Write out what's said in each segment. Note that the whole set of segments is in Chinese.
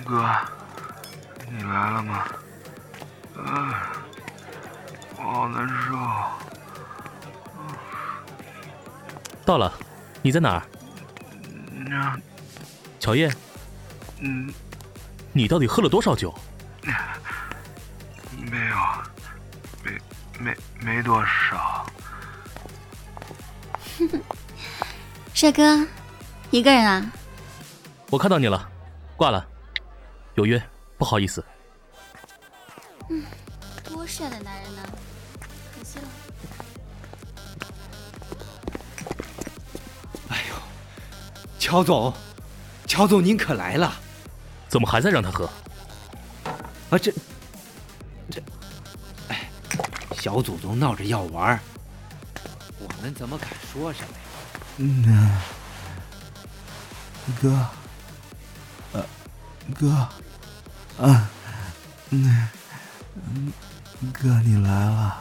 哥，你来了吗？我好难受。 到了，你在哪儿？乔叶。你到底喝了多少酒？ 没有，没多少。 帅哥，一个人啊？ 我看到你了，挂了，有约，不好意思。 多帅的男人呢，可惜了。 哎呦，乔总您可来了。 怎么还在让他喝？ 啊，这，哎，小祖宗闹着要玩，我们怎么敢说什么呀？ 哥，哥你来了。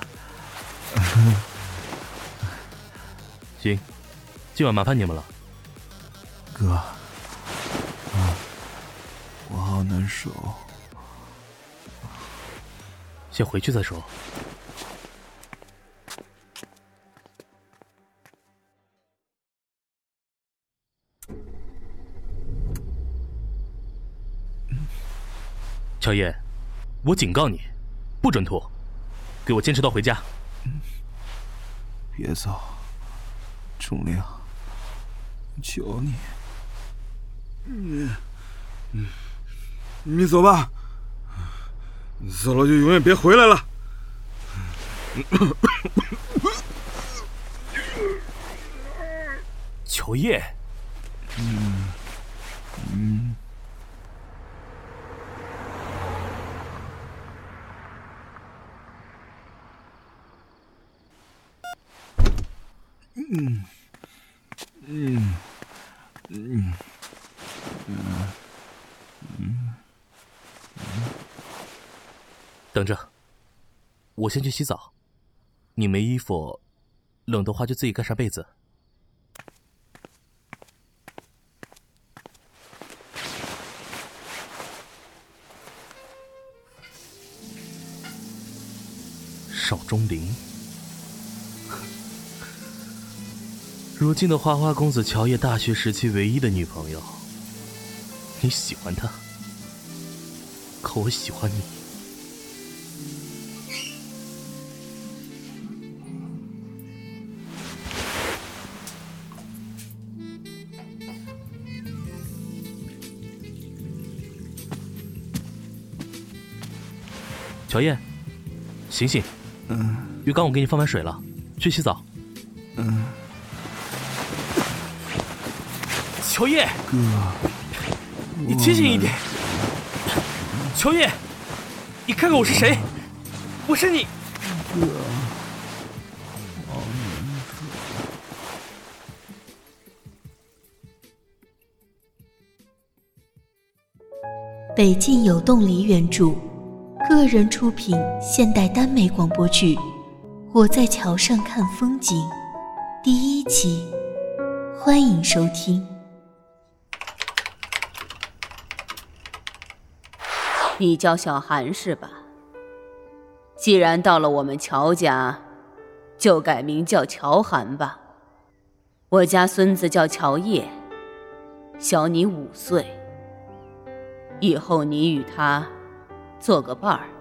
行，今晚麻烦你们了。 哥，我好难受。 先回去再说。乔叶，我警告你，不准吐，给我坚持到回家。 别走，重亮，求你。你走吧，你走了就永远别回来了。 乔叶。等着，我先去洗澡。你没衣服，冷的话就自己盖上被子。邵钟灵，如今的花花公子乔叶大学时期唯一的女朋友。你喜欢她，可我喜欢你。乔叶，醒醒！浴缸我给你放完水了，去洗澡。乔叶， 哥， 你清醒一点。乔叶，你看看我是谁？我是你。 哥，好难受。 北境有动力原著，个人出品现代耽美广播剧《我在桥上看风景》第1集，欢迎收听。 你叫小韩是吧？既然到了我们乔家，就改名叫乔韩吧。我家孙子叫乔叶，小你5岁，以后你与他做个伴儿。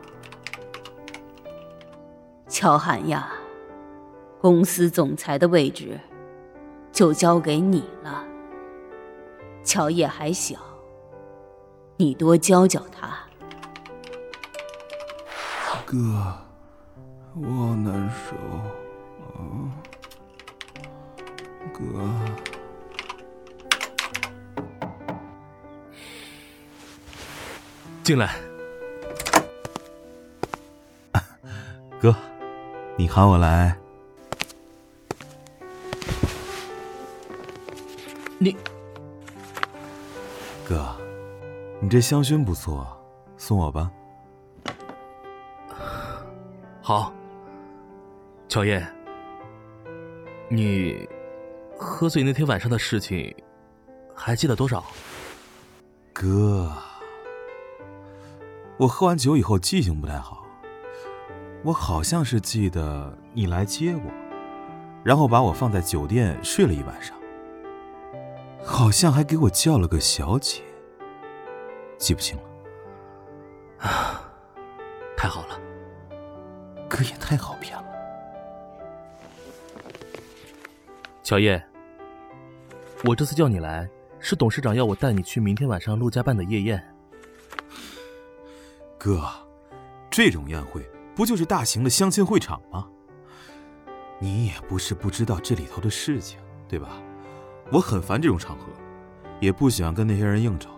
乔韩呀，公司总裁的位置就交给你了。乔叶还小，你多教教他。 哥，我好难受哥。 进来。 哥，你喊我来。 你， 哥，你这香薰不错，送我吧。 好。乔叶，你喝醉那天晚上的事情还记得多少？ 哥， 我喝完酒以后记性不太好，我好像是记得你来接我，然后把我放在酒店睡了一晚上，好像还给我叫了个小姐，记不清了。 太好了， 哥也太好骗了。 乔叶，我这次叫你来，是董事长要我带你去明天晚上陆家办的夜宴。 哥，这种宴会不就是大型的相亲会场吗？你也不是不知道这里头的事情，对吧？我很烦这种场合，也不喜欢跟那些人应酬。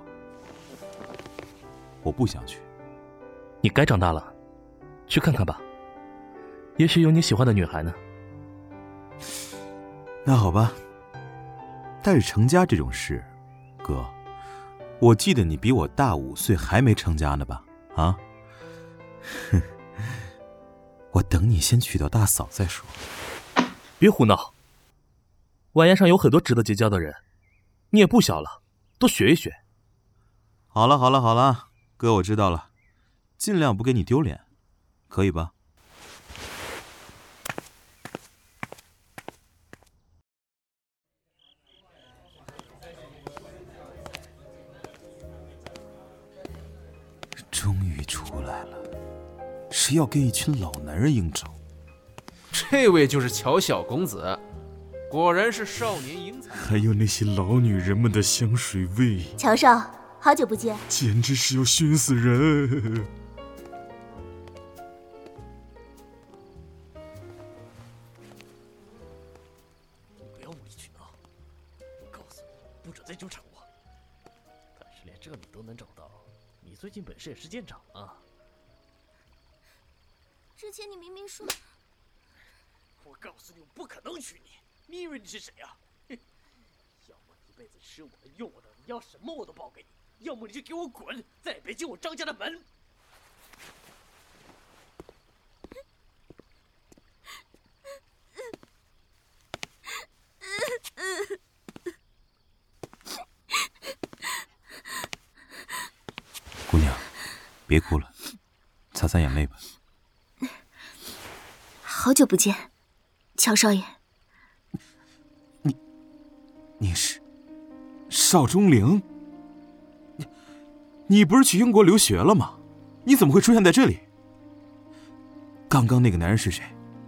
我不想去。 你该长大了，去看看吧，也许有你喜欢的女孩呢。 那好吧，但是成家这种事，哥，我记得你比我大5岁，还没成家呢吧？啊？哼，我等你先娶到大嫂再说。 别胡闹，晚宴上有很多值得结交的人，你也不小了，多学一学。 好了好了好了，哥我知道了，尽量不给你丢脸，可以吧？终于出来了，是要跟一群老男人应酬。 这位就是乔小公子，果然是少年英才。 还有那些老女人们的香水味， 乔少，好久不见， 简直是要熏死人。 不要无理取闹，我告诉你，不准再纠缠我。但是连这你都能找到，你最近本事也是见长啊。 之前你明明说…… 我告诉你，我不可能娶你。你以为你是谁啊？要么你一辈子吃我的、用我的，你要什么我都报给你；要么你就给我滚，再也别进我张家的门。 姑娘，别哭了，擦擦眼泪吧。 好久不见，乔少爷。 你是邵钟灵？你不是去英国留学了吗？你怎么会出现在这里？刚刚那个男人是谁？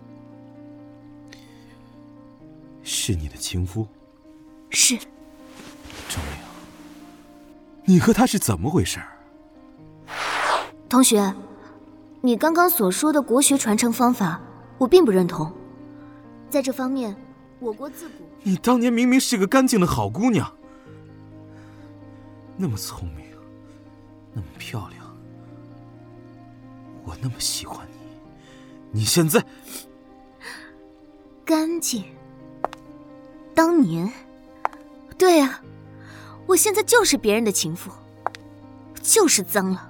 是你的情夫？ 是。 钟灵，你和他是怎么回事？ 同学，你刚刚所说的国学传承方法，我并不认同。在这方面，我国自古…… 你当年明明是个干净的好姑娘，那么聪明，那么漂亮，我那么喜欢你，你现在…… 干净。当年，对啊，我现在就是别人的情妇，就是脏了。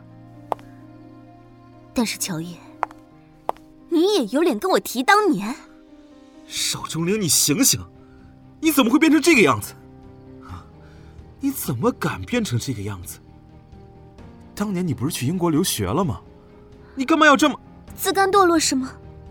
但是乔叶，你也有脸跟我提当年？ 邵钟灵，你醒醒！你怎么会变成这个样子？啊，你怎么敢变成这个样子？当年你不是去英国留学了吗？你干嘛要这么…… 自甘堕落是吗？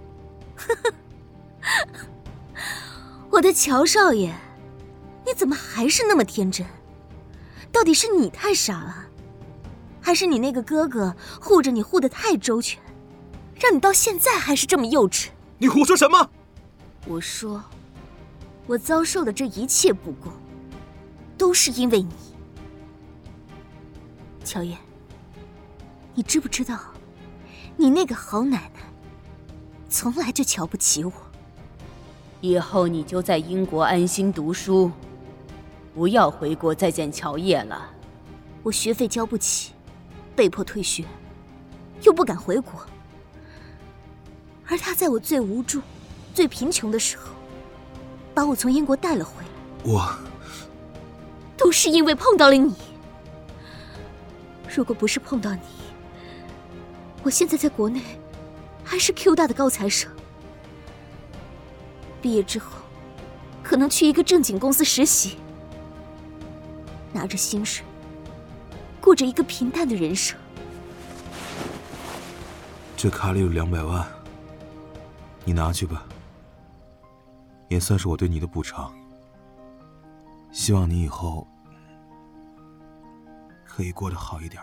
我的乔少爷，你怎么还是那么天真？到底是你太傻了，还是你那个哥哥护着你护得太周全，让你到现在还是这么幼稚？ 你胡说什么？ 我说，我遭受的这一切不公，都是因为你。乔叶，你知不知道，你那个好奶奶从来就瞧不起我。 以后你就在英国安心读书，不要回国再见乔叶了。 我学费交不起，被迫退学，又不敢回国。而他在我最无助、最贫穷的时候，把我从英国带了回来。都是因为碰到了你。如果不是碰到你，我现在在国内还是 Q 大的高材生。毕业之后，可能去一个正经公司实习，拿着薪水，过着一个平淡的人生。 这卡里有200万，你拿去吧，也算是我对你的补偿。希望你以后可以过得好一点。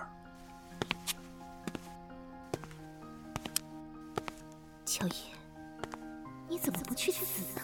乔叶，你怎么不去死呢？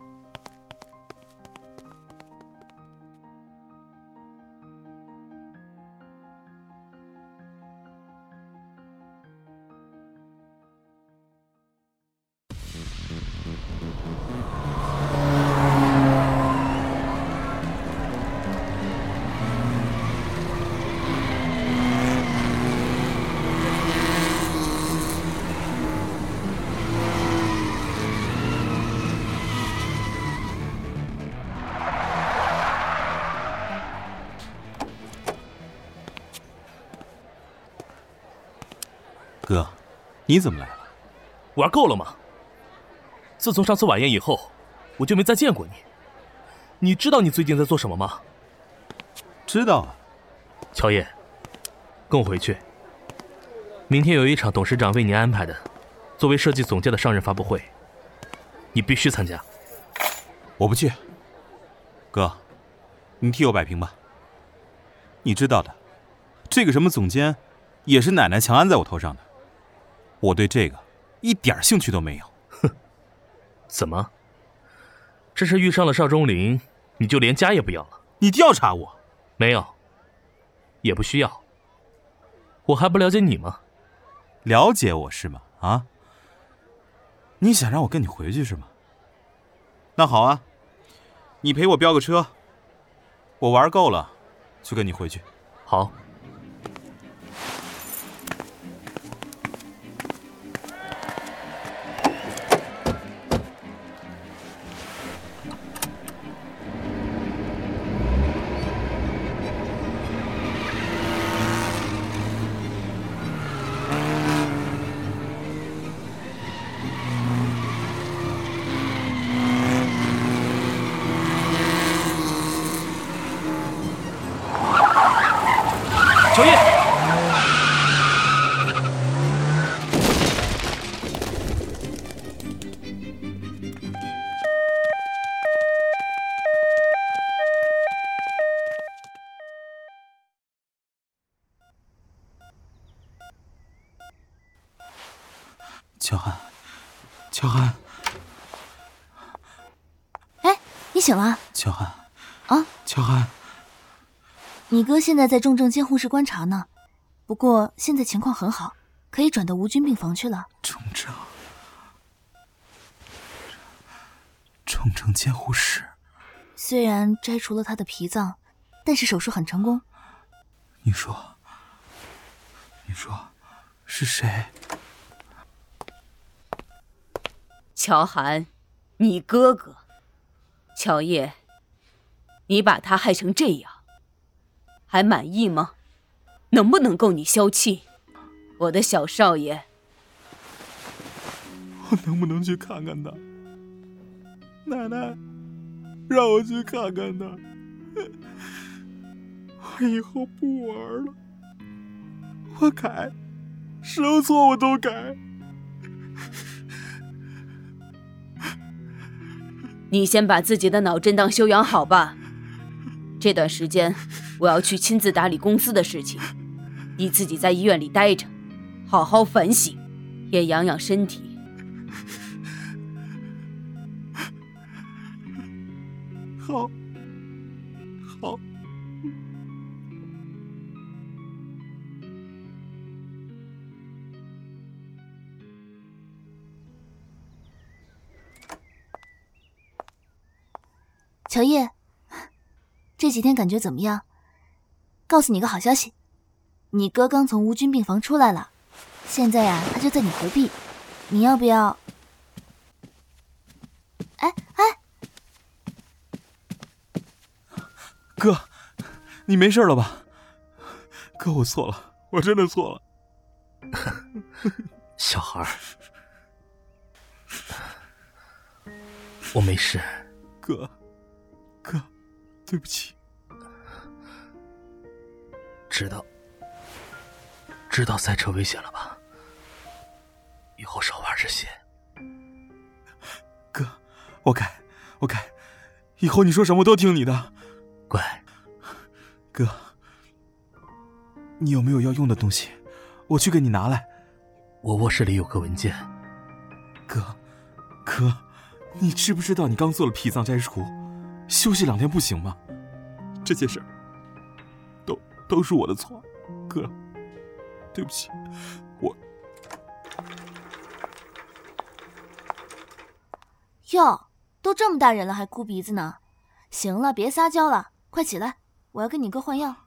哥，你怎么来了？ 玩够了吗？自从上次晚宴以后，我就没再见过你。你知道你最近在做什么吗？ 知道啊。 乔叶，跟我回去。明天有一场董事长为你安排的，作为设计总监的上任发布会，你必须参加。 我不去。哥，你替我摆平吧。你知道的，这个什么总监，也是奶奶强安在我头上的。我对这个一点兴趣都没有。 哼，怎么？这是遇上了邵钟林，你就连家也不要了？ 你调查我？ 没有，也不需要。我还不了解你吗？ 了解我是吗？啊？你想让我跟你回去是吗？那好啊，你陪我飙个车，我玩够了，就跟你回去。 好。乔叶， 乔安，乔安， 哎，你醒了？ 乔安， 啊， 乔安。 你哥现在在重症监护室观察呢，不过现在情况很好，可以转到无菌病房去了。 重症监护室。 虽然摘除了他的脾脏，但是手术很成功。 你说是谁？ 乔涵，你哥哥。乔叶，你把他害成这样，还满意吗？能不能够你消气？我的小少爷， 我能不能去看看他？奶奶，让我去看看他。我以后不玩了，我改，什么错我都改。 你先把自己的脑震荡休养好吧。这段时间我要去亲自打理公司的事情，你自己在医院里待着，好好反省，也养养身体。 好。 乔叶，这几天感觉怎么样？告诉你个好消息，你哥刚从无菌病房出来了，现在呀，他就在你隔壁，你要不要？哎， 哥，你没事了吧？哥，我错了，我真的错了。 小孩，我没事。 哥，对不起。 知道赛车危险了吧？ 以后少玩这些。 哥，我改，以后你说什么都听你的。 乖。 哥，你有没有要用的东西？我去给你拿来。 我卧室里有个文件。 哥，你知不知道你刚做了脾脏摘除，休息2天不行吗？这些事儿都是我的错，哥，对不起，我。 哟，都这么大人了还哭鼻子呢？行了，别撒娇了，快起来，我要跟你哥换药。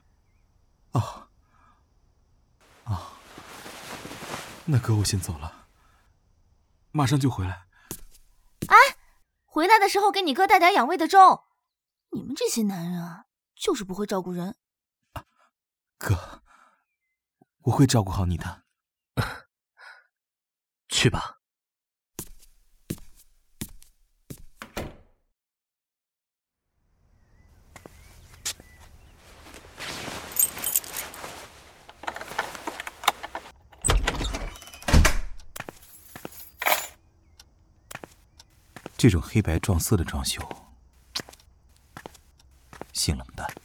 那哥我先走了，马上就回来。 哎，回来的时候给你哥带点养胃的粥。你们这些男人啊，就是不会照顾人。 哥，我会照顾好你的。 去吧。 这种黑白撞色的装修，性冷淡。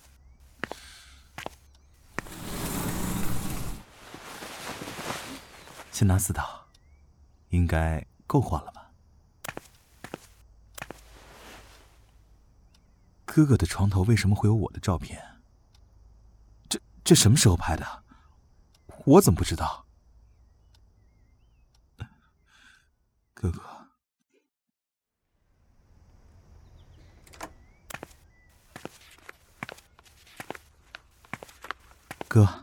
先拿4道，应该够换了吧？哥哥的床头为什么会有我的照片？这什么时候拍的？我怎么不知道？哥哥。哥，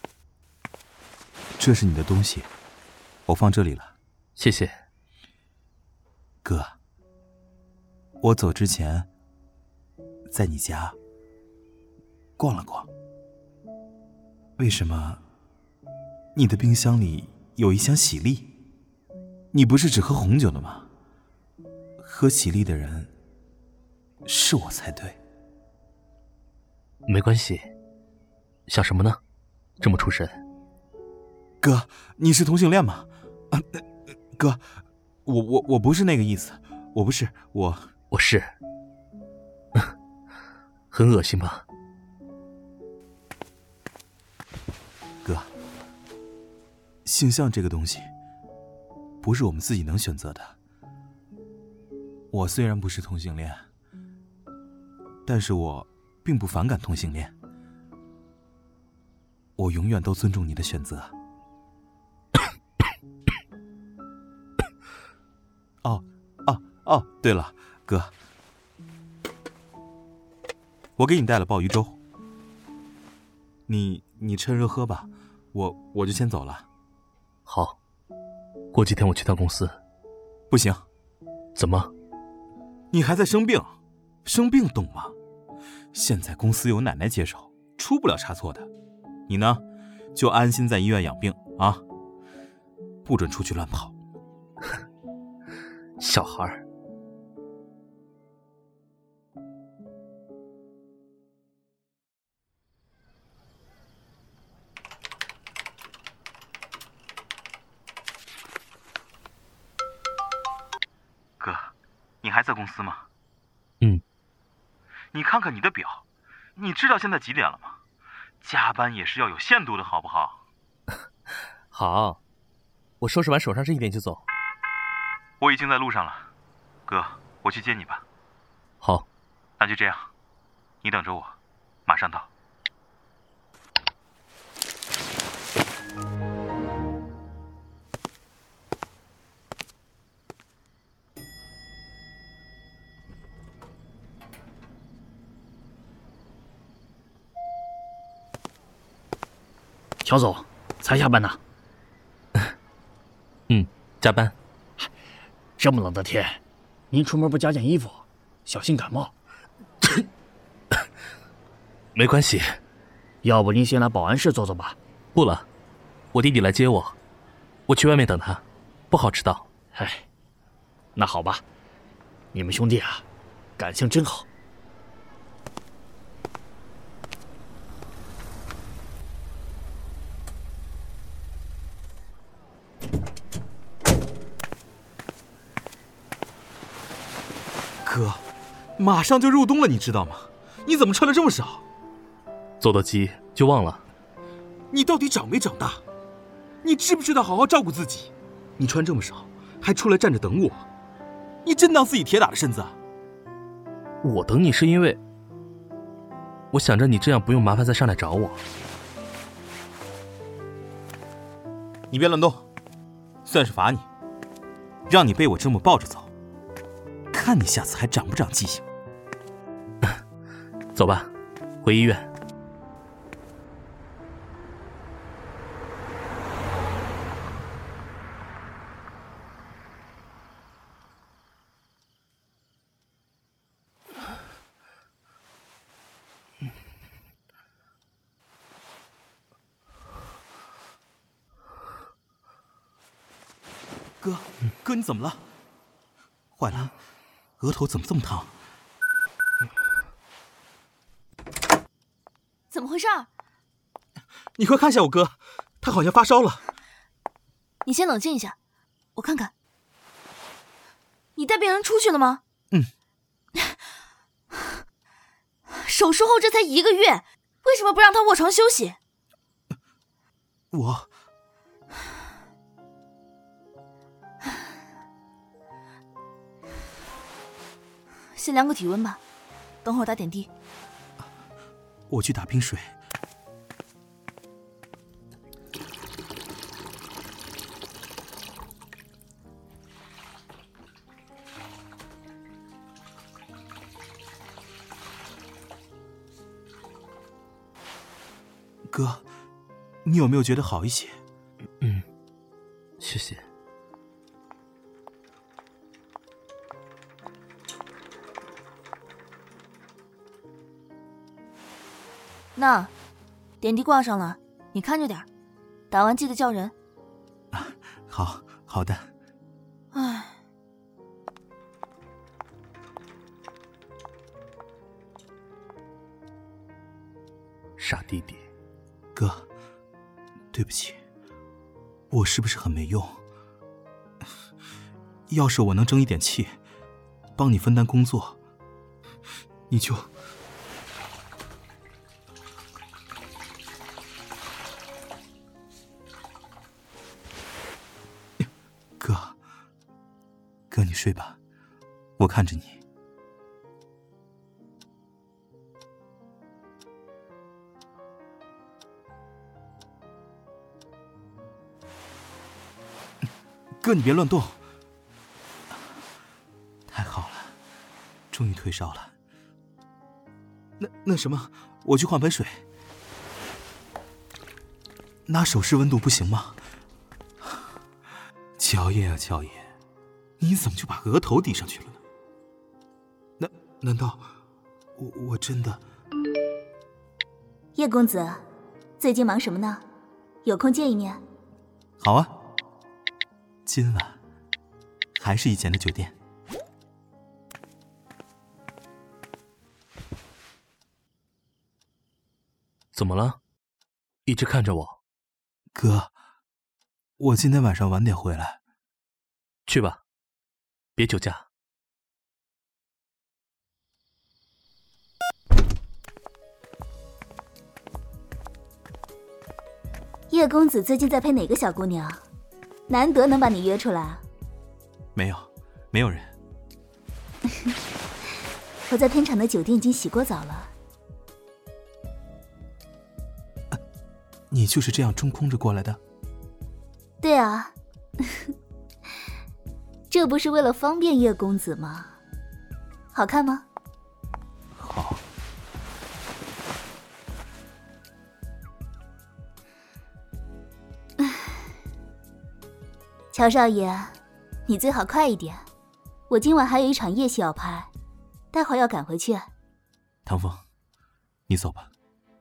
这是你的东西，我放这里了。 谢谢。 哥，我走之前在你家逛了逛。为什么你的冰箱里有一箱喜力？你不是只喝红酒的吗？喝喜力的人是我才对。 没关系。想什么呢？这么出神。 哥，你是同性恋吗？哥，我不是那个意思，我不是，我是。很恶心吧？ 哥，性向这个东西不是我们自己能选择的。我虽然不是同性恋，但是我并不反感同性恋。我永远都尊重你的选择。对了，哥，我给你带了鲍鱼粥，你趁热喝吧，我就先走了。 好，过几天我去趟公司。 不行。 怎么？ 你还在生病，生病懂吗？现在公司有奶奶接手，出不了差错的。你呢，就安心在医院养病啊，不准出去乱跑。 小孩儿。 哥，你还在公司吗？你看看你的表，你知道现在几点了吗？加班也是要有限度的，好不好？ 好，我收拾完手上这一点就走。 我已经在路上了，哥，我去接你吧。 好， 那就这样，你等着我，马上到。 乔总，才下班呢。 加班。 这么冷的天，您出门不加件衣服，小心感冒。 没关系， 要不您先来保安室坐坐吧。 不了，我弟弟来接我，我去外面等他，不好迟到。 哎，那好吧，你们兄弟啊，感情真好。 马上就入冬了，你知道吗？你怎么穿的这么少？ 走得急就忘了。 你到底长没长大？你知不知道好好照顾自己？你穿这么少，还出来站着等我，你真当自己铁打的身子啊？ 我等你是因为我想着你这样不用麻烦再上来找我。 你别乱动，算是罚你，让你被我这么抱着走，看你下次还长不长记性。 走吧，回医院。 哥，你怎么了？坏了，额头怎么这么烫？ 怎么回事？ 你快看一下我哥，他好像发烧了。 你先冷静一下，我看看。你带病人出去了吗？手术后这才1个月，为什么不让他卧床休息？ 我先量个体温吧，等会儿打点滴。 我去打冰水。哥，你有没有觉得好一些？ 谢谢。 那点滴挂上了，你看着点，打完记得叫人。 好的。 唉， 傻弟弟。 哥，对不起，我是不是很没用？要是我能争一点气，帮你分担工作，你就……哥，你睡吧，我看着你。哥，你别乱动。太好了，终于退烧了。那什么，我去换盆水。拿手试温度不行吗？乔叶啊，乔叶，你怎么就把额头抵上去了呢？难道我真的？ 叶公子，最近忙什么呢？有空见一面。 好啊，今晚还是以前的酒店。 怎么了？一直看着我。 哥，我今天晚上晚点回来。 去吧，别酒驾。 叶公子最近在陪哪个小姑娘？难得能把你约出来。 没有人。 我在片场的酒店已经洗过澡了。 你就是这样中空着过来的？ 对啊。这不是为了方便叶公子吗？好看吗？ 好。 乔少爷，你最好快一点，我今晚还有一场夜戏要拍，待会儿要赶回去。 唐风，你走吧。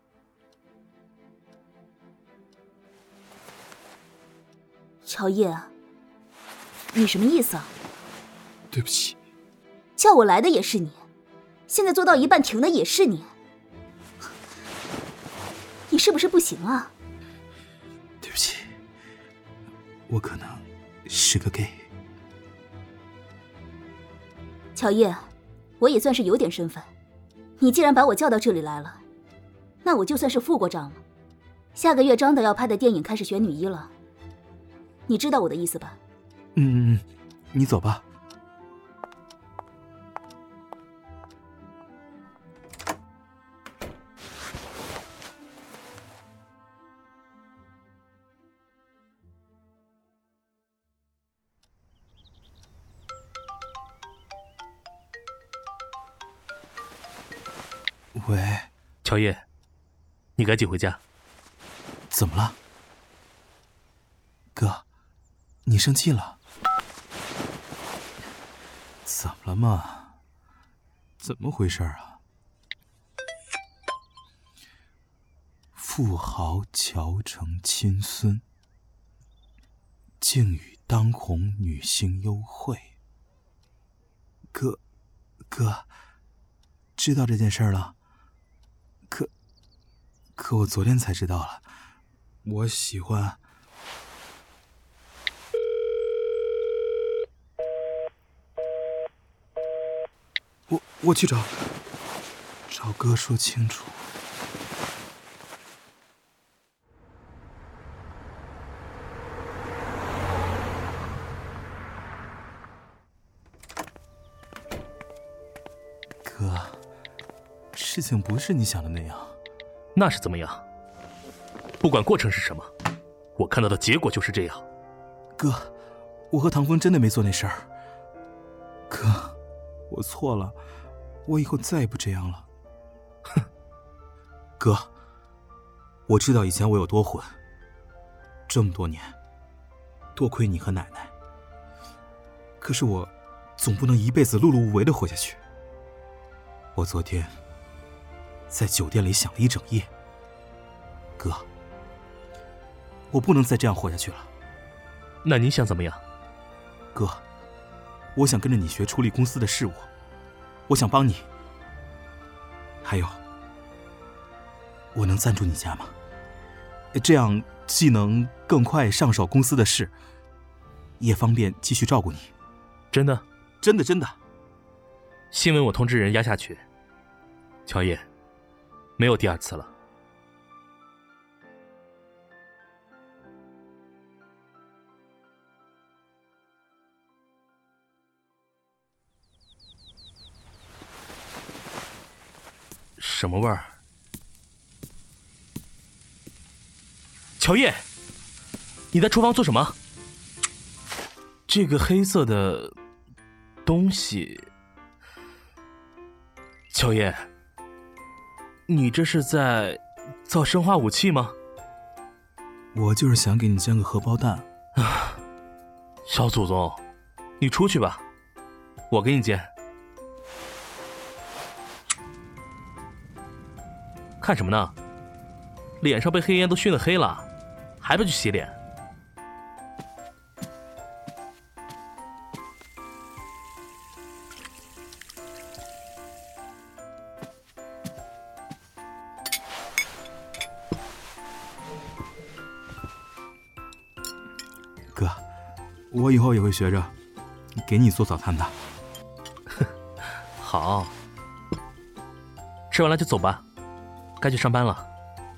乔叶，你什么意思啊？ 对不起。 叫我来的也是你，现在做到一半停的也是你，你是不是不行啊？ 对不起，我可能是个 gay。 乔叶， 我也算是有点身份。你既然把我叫到这里来了，那我就算是付过账了。下个月张导要拍的电影开始选女一了，你知道我的意思吧？ 你走吧。喂， 乔叶，你赶紧回家。 怎么了？哥，你生气了？怎么了嘛？怎么回事啊？富豪乔成亲孙，竟与当红女星幽会。哥，知道这件事了？可我昨天才知道了，我喜欢。我去找哥说清楚。哥，事情不是你想的那样。 那是怎么样？不管过程是什么，我看到的结果就是这样。 哥，我和唐风真的没做那事儿。哥，我错了，我以后再也不这样了。哼，哥，我知道以前我有多混，这么多年，多亏你和奶奶。可是我总不能一辈子碌碌无为的活下去。我昨天在酒店里想了一整夜。哥，我不能再这样活下去了。 那你想怎么样？ 哥，我想跟着你学处理公司的事务，我想帮你。还有，我能赞助你家吗？这样既能更快上手公司的事，也方便继续照顾你。 真的？ 真的，真的。 新闻我通知人压下去。乔叶，没有第二次了。什么味儿？乔叶，你在厨房做什么？这个黑色的东西，乔叶，你这是在造生化武器吗？ 我就是想给你煎个荷包蛋。 啊，小祖宗，你出去吧，我给你煎。看什么呢？脸上被黑烟都熏得黑了，还不去洗脸？ 哥，我以后也会学着给你做早餐的。 好，吃完了就走吧，该去上班了。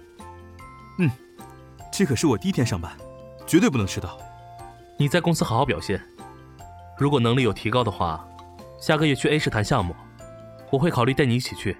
这可是我第一天上班，绝对不能迟到。 你在公司好好表现，如果能力有提高的话，下个月去 A 市谈项目，我会考虑带你一起去。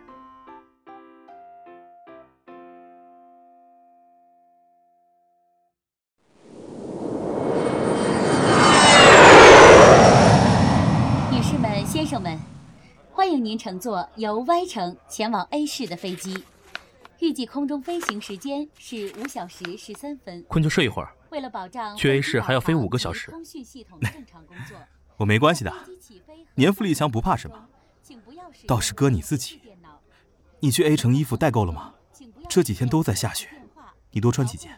女士们、先生们，欢迎您乘坐由 Y 城前往 A 市的飞机。预计空中飞行时间是5小时13分。 困就睡一会儿。 为了保障去 A 市还要飞5个小时。 通讯系统的正常工作， 我没关系的，年富力强不怕什么。倒是哥你自己，你去 A 城衣服带够了吗？这几天都在下雪，你多穿几件。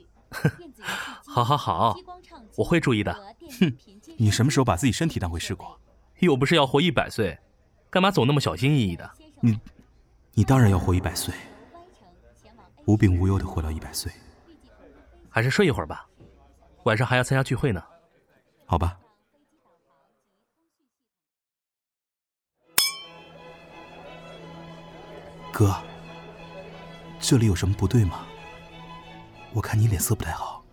好，我会注意的。 哼，你什么时候把自己身体当回事过？ 又不是要活100岁，干嘛总那么小心翼翼的？ 你当然要活100岁。无病无忧的活到100岁， 还是睡一会儿吧，晚上还要参加聚会呢。 好吧。 哥，这里有什么不对吗？我看你脸色不太好。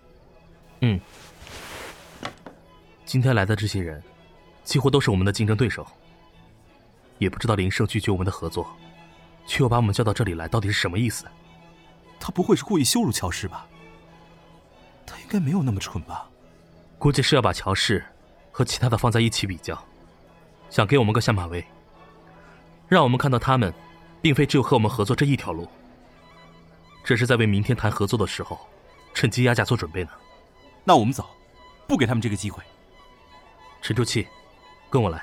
今天来的这些人，几乎都是我们的竞争对手。也不知道林胜拒绝我们的合作，却又把我们叫到这里来，到底是什么意思？ 他不会是故意羞辱乔氏吧？他应该没有那么蠢吧？ 估计是要把乔氏和其他的放在一起比较，想给我们个下马威，让我们看到他们并非只有和我们合作这一条路，这是在为明天谈合作的时候趁机压价做准备呢。 那我们走，不给他们这个机会。 沉住气，跟我来。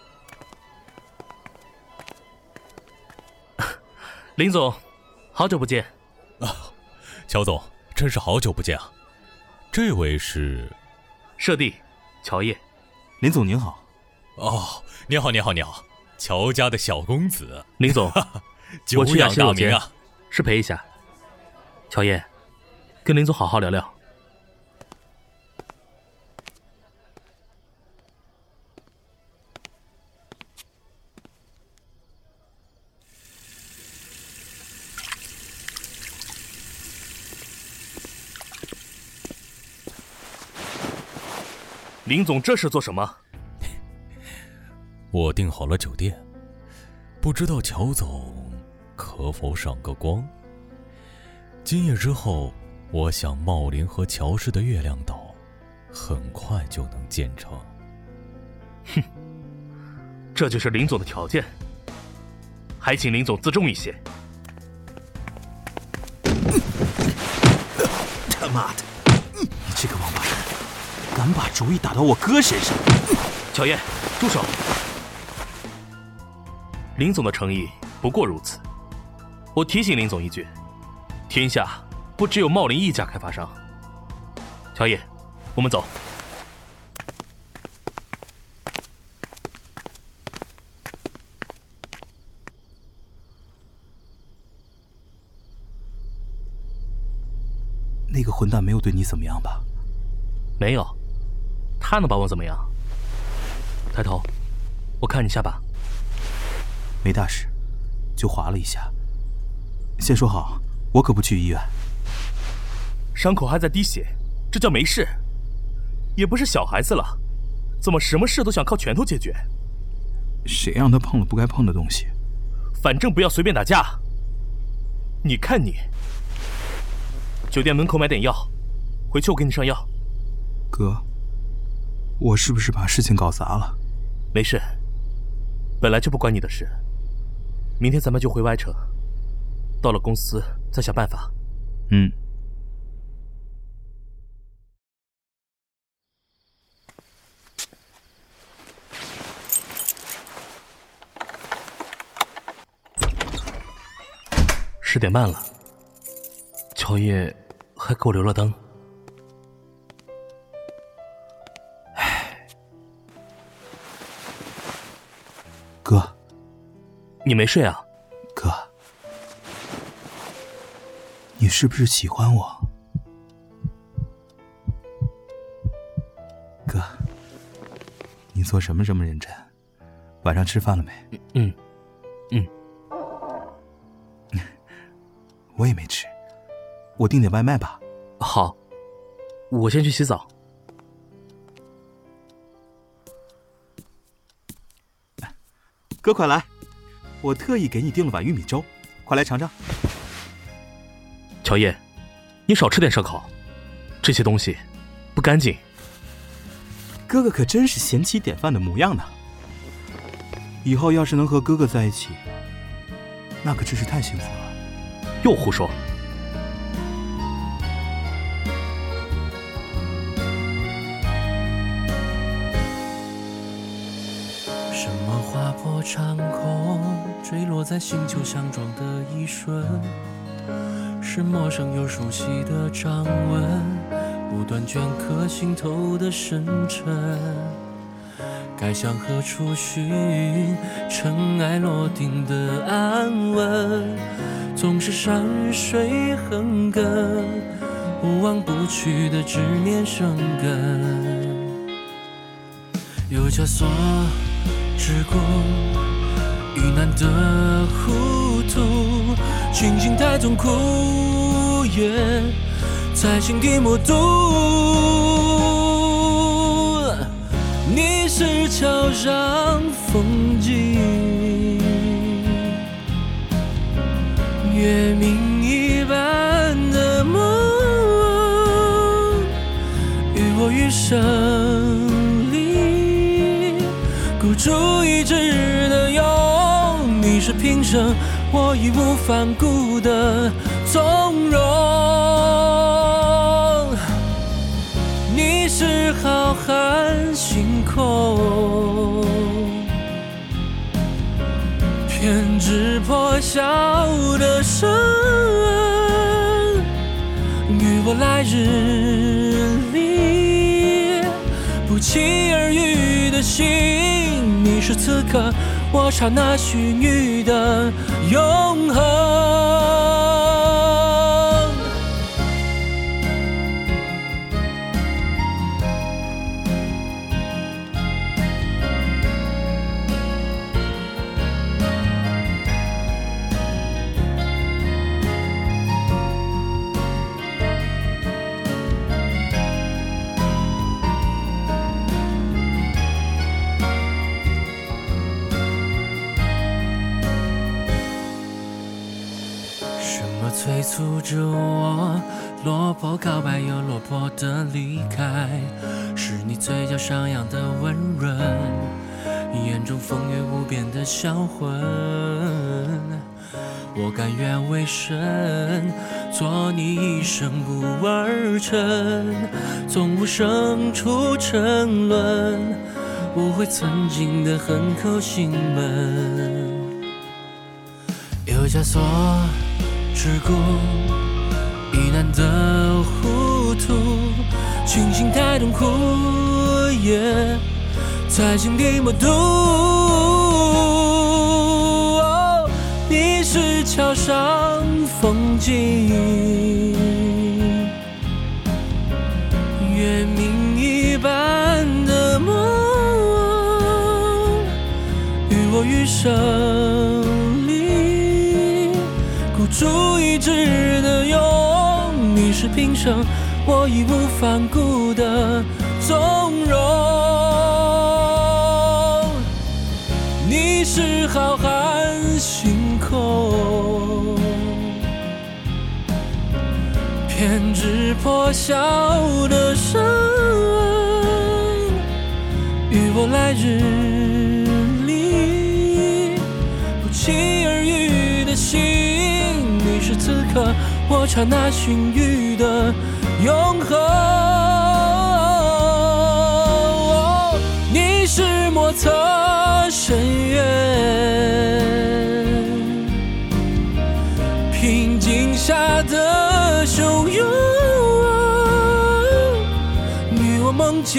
林总，好久不见。 乔总，真是好久不见啊。这位是舍弟乔烨。 林总您好。 哦，你好，乔家的小公子。 林总， 久仰大名啊。 失陪一下。乔烨，跟林总好好聊聊。林总这是做什么？ 我订好了酒店，不知道乔总可否赏个光？今夜之后，我想茂林和乔氏的月亮岛很快就能建成。 哼，这就是林总的条件，还请林总自重一些。 他妈的，你这个王八蛋，敢把主意打到我哥身上！ 乔烨，住手！林总的诚意不过如此。我提醒林总一句，天下不只有茂林一家开发商。乔烨，我们走。 那个混蛋没有对你怎么样吧？ 没有，他能把我怎么样？抬头，我看你下巴。 没大事，就划了一下。先说好，我可不去医院。 伤口还在滴血，这叫没事。也不是小孩子了，怎么什么事都想靠拳头解决？ 谁让他碰了不该碰的东西？ 反正不要随便打架。你看你，酒店门口买点药，回去我给你上药。 哥，我是不是把事情搞砸了？ 没事，本来就不关你的事。明天咱们就回歪城，到了公司再想办法。10点半了，乔烨还给我留了灯。 哥， 你没睡啊？ 哥，你是不是喜欢我？哥，你做什么这么认真？晚上吃饭了没？我也没吃，我订点外卖吧。 好，我先去洗澡。 哥快来，我特意给你订了碗玉米粥，快来尝尝。 乔烨，你少吃点烧烤，这些东西不干净。 哥哥可真是贤妻典范的模样呢。以后要是能和哥哥在一起，那可真是太幸福了。 又胡说！ 什么划破长空，坠落在星球相撞的一瞬，是陌生又熟悉的掌纹，不断镌刻心头的深沉。该向何处寻尘埃落定的安稳？总是山水横亘，不忘不去的执念生根。有枷锁之弓， 遇难的糊涂，清醒太痛苦，也在心底默读。你是桥上风景，月明一般的梦，与我余生里孤注一掷的勇。你是平生我义无反顾的从容，你是浩瀚星空，偏执破晓的神，与我来日里不期而遇的心。你是此刻我刹那须臾的永恒。催促着我落魄告白又落魄的离开，是你嘴角上扬的温润，眼中风月无边的销魂。我甘愿为神，做你一生不二臣，从无生出沉沦，无悔曾经的恨口心门。有枷锁桎梏，意难的糊涂，清醒太痛苦，也在心底默读。你是桥上风景，月明一般的梦，与我余生孤注一掷的勇。你是平生我义无反顾的从容，你是浩瀚星空，偏执破晓的神，与我来日里不期而遇的心。你是此刻我刹那寻遇的永恒，你是莫测深渊，平静下的汹涌，与我梦境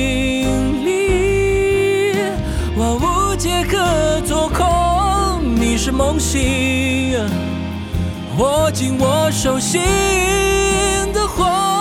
里万物皆可做空。你是梦醒，握紧我手心的火。